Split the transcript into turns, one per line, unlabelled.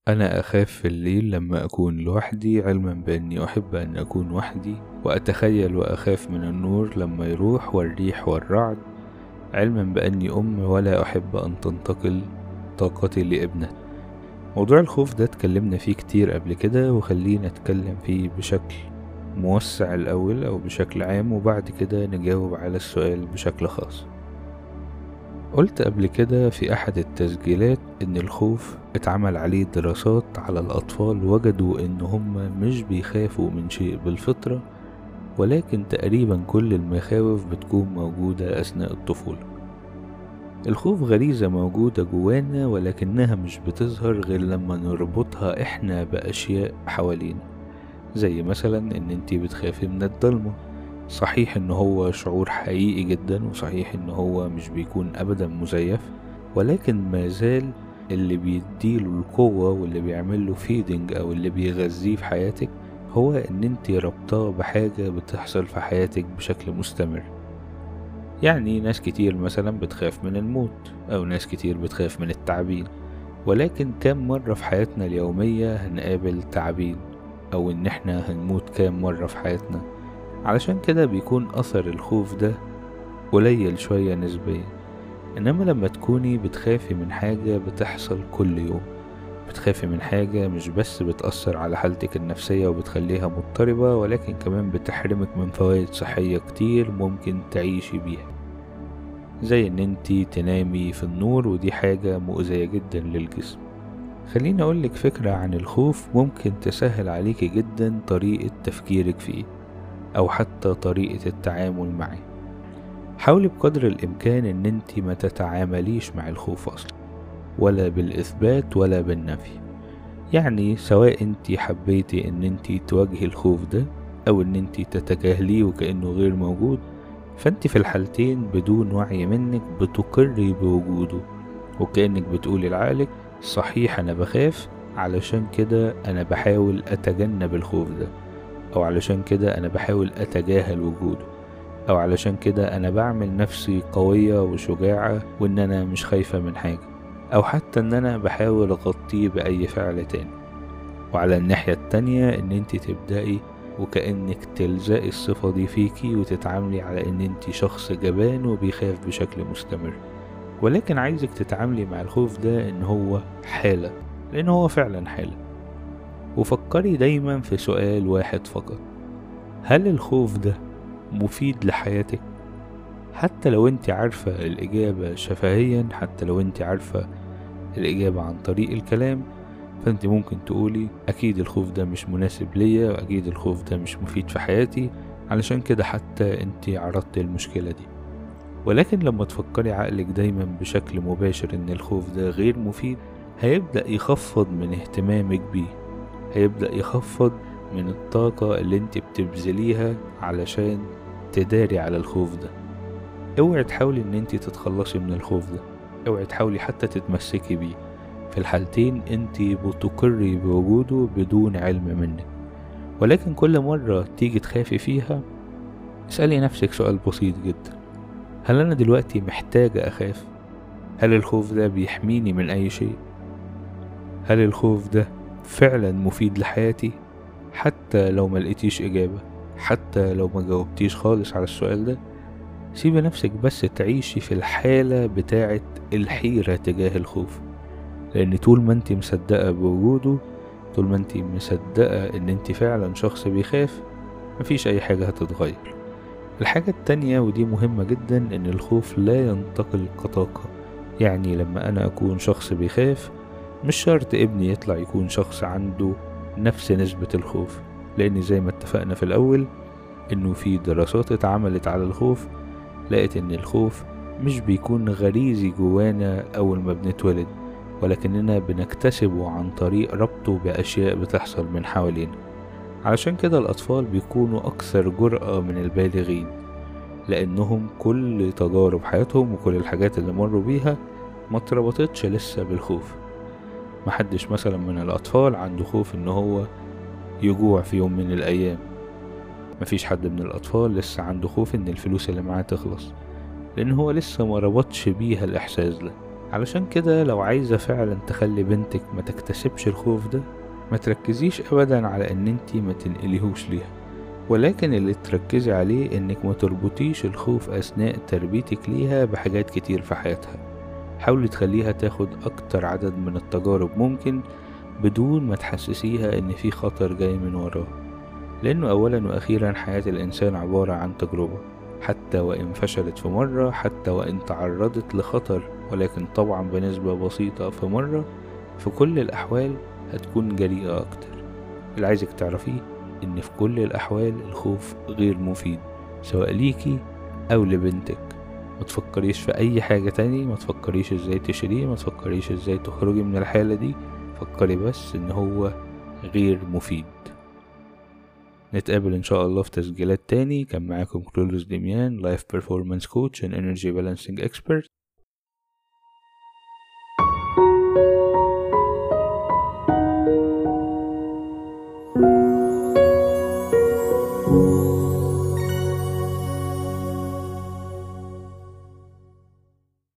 أنا أخاف في الليل لما أكون لوحدي، علما بأني أحب أن أكون وحدي، وأتخيل وأخاف من النور لما يروح والريح والرعد، علما بأني أم ولا أحب أن تنتقل طاقتي لابنة. موضوع الخوف ده اتكلمنا فيه كتير قبل كده، وخلينا نتكلم فيه بشكل موسع الأول أو بشكل عام، وبعد كده نجاوب على السؤال بشكل خاص. قلت قبل كده في أحد التسجيلات إن الخوف اتعمل عليه دراسات على الأطفال، وجدوا إن هم مش بيخافوا من شيء بالفطرة، ولكن تقريبا كل المخاوف بتكون موجودة أثناء الطفولة. الخوف غريزة موجودة جوانا، ولكنها مش بتظهر غير لما نربطها إحنا بأشياء حوالينا، زي مثلا إن انتي بتخافي من الضلمة. صحيح إن هو شعور حقيقي جدا، وصحيح إن هو مش بيكون أبدا مزيف، ولكن مازال اللي بيديله القوة واللي بيعمله فيدنج أو اللي بيغذيه في حياتك هو إن انتي ربطاه بحاجة بتحصل في حياتك بشكل مستمر. يعني ناس كتير مثلا بتخاف من الموت، أو ناس كتير بتخاف من التعابين، ولكن كم مرة في حياتنا اليومية هنقابل تعابين، أو إن احنا هنموت كام مرة في حياتنا؟ علشان كده بيكون أثر الخوف ده قليل شوية نسبيا. إنما لما تكوني بتخافي من حاجة بتحصل كل يوم، بتخافي من حاجة مش بس بتأثر على حالتك النفسية وبتخليها مضطربة، ولكن كمان بتحرمك من فوائد صحية كتير ممكن تعيشي بيها، زي إن انتي تنامي في النور، ودي حاجة مؤذية جدا للجسم. خليني أقولك فكرة عن الخوف ممكن تسهل عليكي جدا طريقة تفكيرك فيه، أو حتى طريقة التعامل معه. حاولي بقدر الإمكان إن انتي ما تتعامليش مع الخوف أصلا، ولا بالإثبات ولا بالنفي. يعني سواء انتي حبيتي إن انتي تواجهي الخوف ده، أو إن انتي تتجاهليه وكأنه غير موجود، فانتي في الحالتين بدون وعي منك بتقري بوجوده، وكأنك بتقولي لعقلك صحيح أنا بخاف، علشان كده أنا بحاول أتجنب الخوف ده، أو علشان كده أنا بحاول أتجاهل وجوده، أو علشان كده أنا بعمل نفسي قوية وشجاعة وإن أنا مش خايفة من حاجة، أو حتى إن أنا بحاول أغطيه بأي فعل تاني. وعلى الناحية التانية إن انت تبدأي وكأنك تلزقي الصفة دي فيكي، وتتعاملي على إن انت شخص جبان وبيخاف بشكل مستمر. ولكن عايزك تتعاملي مع الخوف ده إن هو حالة، لأن هو فعلا حالة. وفكري دايما في سؤال واحد فقط: هل الخوف ده مفيد لحياتك؟ حتى لو انت عارفة الإجابة شفهيا، حتى لو انت عارفة الإجابة عن طريق الكلام، فانت ممكن تقولي أكيد الخوف ده مش مناسب ليا، وأكيد الخوف ده مش مفيد في حياتي، علشان كده حتى انت عرضت المشكلة دي. ولكن لما تفكري عقلك دايما بشكل مباشر ان الخوف ده غير مفيد، هيبدأ يخفض من اهتمامك بيه، هيبدأ يخفض من الطاقة اللي انت بتبذليها علشان تداري على الخوف ده. اوعي تحاولي ان انت تتخلصي من الخوف ده، اوعي تحاولي حتى تتمسكي بيه. في الحالتين انت بتقري بوجوده بدون علم منك. ولكن كل مرة تيجي تخافي فيها، اسألي نفسك سؤال بسيط جدا: هل انا دلوقتي محتاجة اخاف؟ هل الخوف ده بيحميني من اي شيء؟ هل الخوف ده فعلا مفيد لحياتي؟ حتى لو ما لقيتيش اجابة، حتى لو ما جاوبتيش خالص على السؤال ده، سيبي نفسك بس تعيشي في الحالة بتاعة الحيرة تجاه الخوف. لان طول ما انت مصدقة بوجوده، طول ما انت مصدقة ان انت فعلا شخص بيخاف، مفيش اي حاجة هتتغير. الحاجة التانية ودي مهمة جدا، ان الخوف لا ينتقل كطاقة. يعني لما انا اكون شخص بيخاف، مش شرط ابني يطلع يكون شخص عنده نفس نسبة الخوف، لان زي ما اتفقنا في الاول انه في دراسات اتعملت على الخوف، لقيت ان الخوف مش بيكون غريزي جوانا اول ما بنتولد، ولكننا بنكتسبه عن طريق ربطه باشياء بتحصل من حوالينا. علشان كده الاطفال بيكونوا اكثر جرأة من البالغين، لانهم كل تجارب حياتهم وكل الحاجات اللي مروا بيها ما اتربطتش لسه بالخوف. محدش مثلا من الاطفال عنده خوف ان هو يجوع في يوم من الايام. مفيش حد من الاطفال لسه عنده خوف ان الفلوس اللي معاه تخلص، لان هو لسه ما ربطش بيها الاحساس ده. علشان كده لو عايزة فعلا تخلي بنتك ما تكتسبش الخوف ده، ما تركزيش ابدا على ان انتي ما تنقليهوش ليها، ولكن اللي تركزي عليه انك ما تربطيش الخوف اثناء تربيتك ليها بحاجات كتير في حياتها. حاولي تخليها تاخد اكتر عدد من التجارب ممكن بدون ما تحسسيها ان في خطر جاي من وراه، لانه اولا واخيرا حياة الانسان عبارة عن تجربة، حتى وان فشلت في مرة، حتى وان تعرضت لخطر ولكن طبعا بنسبة بسيطة في مرة، في كل الاحوال هتكون جريئة اكتر. اللي عايزك تعرفيه ان في كل الاحوال الخوف غير مفيد، سواء ليكي او لبنتك. ما تفكريش في اي حاجة تاني، ما تفكريش ازاي تشيليه، ما تفكريش ازاي تخرجي من الحالة دي، فكري بس ان هو غير مفيد. نتقابل ان شاء الله في تسجيلات تاني. كان معاكم كرولوس ديميان، لايف بيرفورمانس كوتش and energy balancing expert.